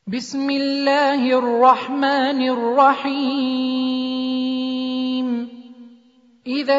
بسم الله الرحمن الرحيم إذا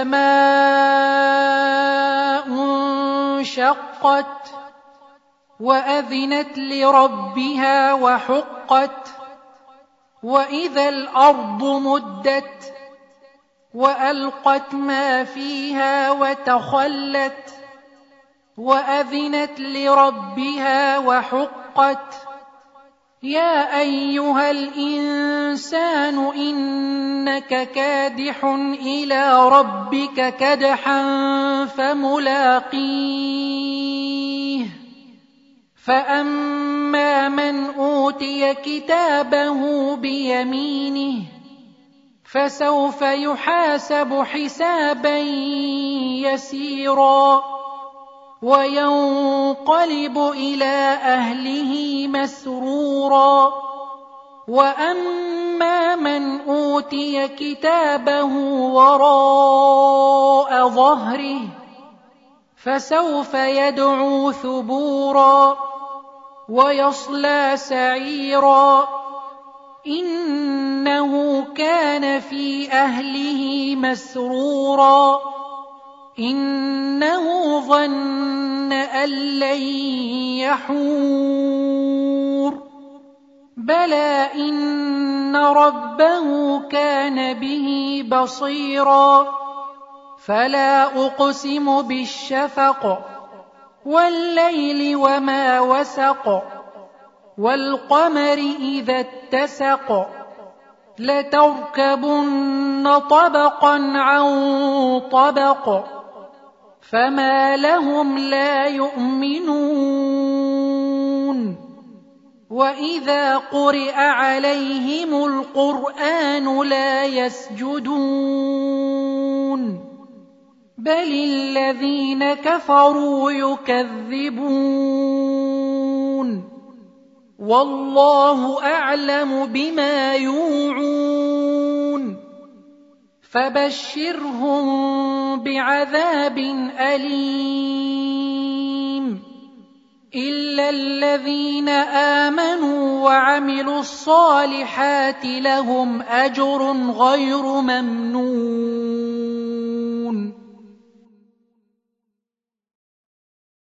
السماء انشقت وأذنت لربها وحقت وإذا الأرض مدت وألقت ما فيها وتخلت وأذنت لربها وحقت يا أيها الإنسان إنك كادح إلى ربك كدحا فملاقيه فأما من أوتي كتابه بيمينه فسوف يحاسب حسابا يسيرا وينقلب إلى أهله مسرورا وأما من أوتي كتابه وراء ظهره فسوف يدعو ثبورا ويصلى سعيرا إنه كان في أهله مسرورا إنه ظن أن لن يحور بلى إن ربه كان به بصيرا فلا أقسم بالشفق والليل وما وسق والقمر إذا اتسق لتركبن طبقا عن طبق فما لهم لا يؤمنون وإذا قرئ عليهم القرآن لا يسجدون بل الذين كفروا يكذبون والله أعلم بما يوعون فبشرهم بعذاب أليم إلا الذين آمنوا وعملوا الصالحات لهم أجر غير ممنون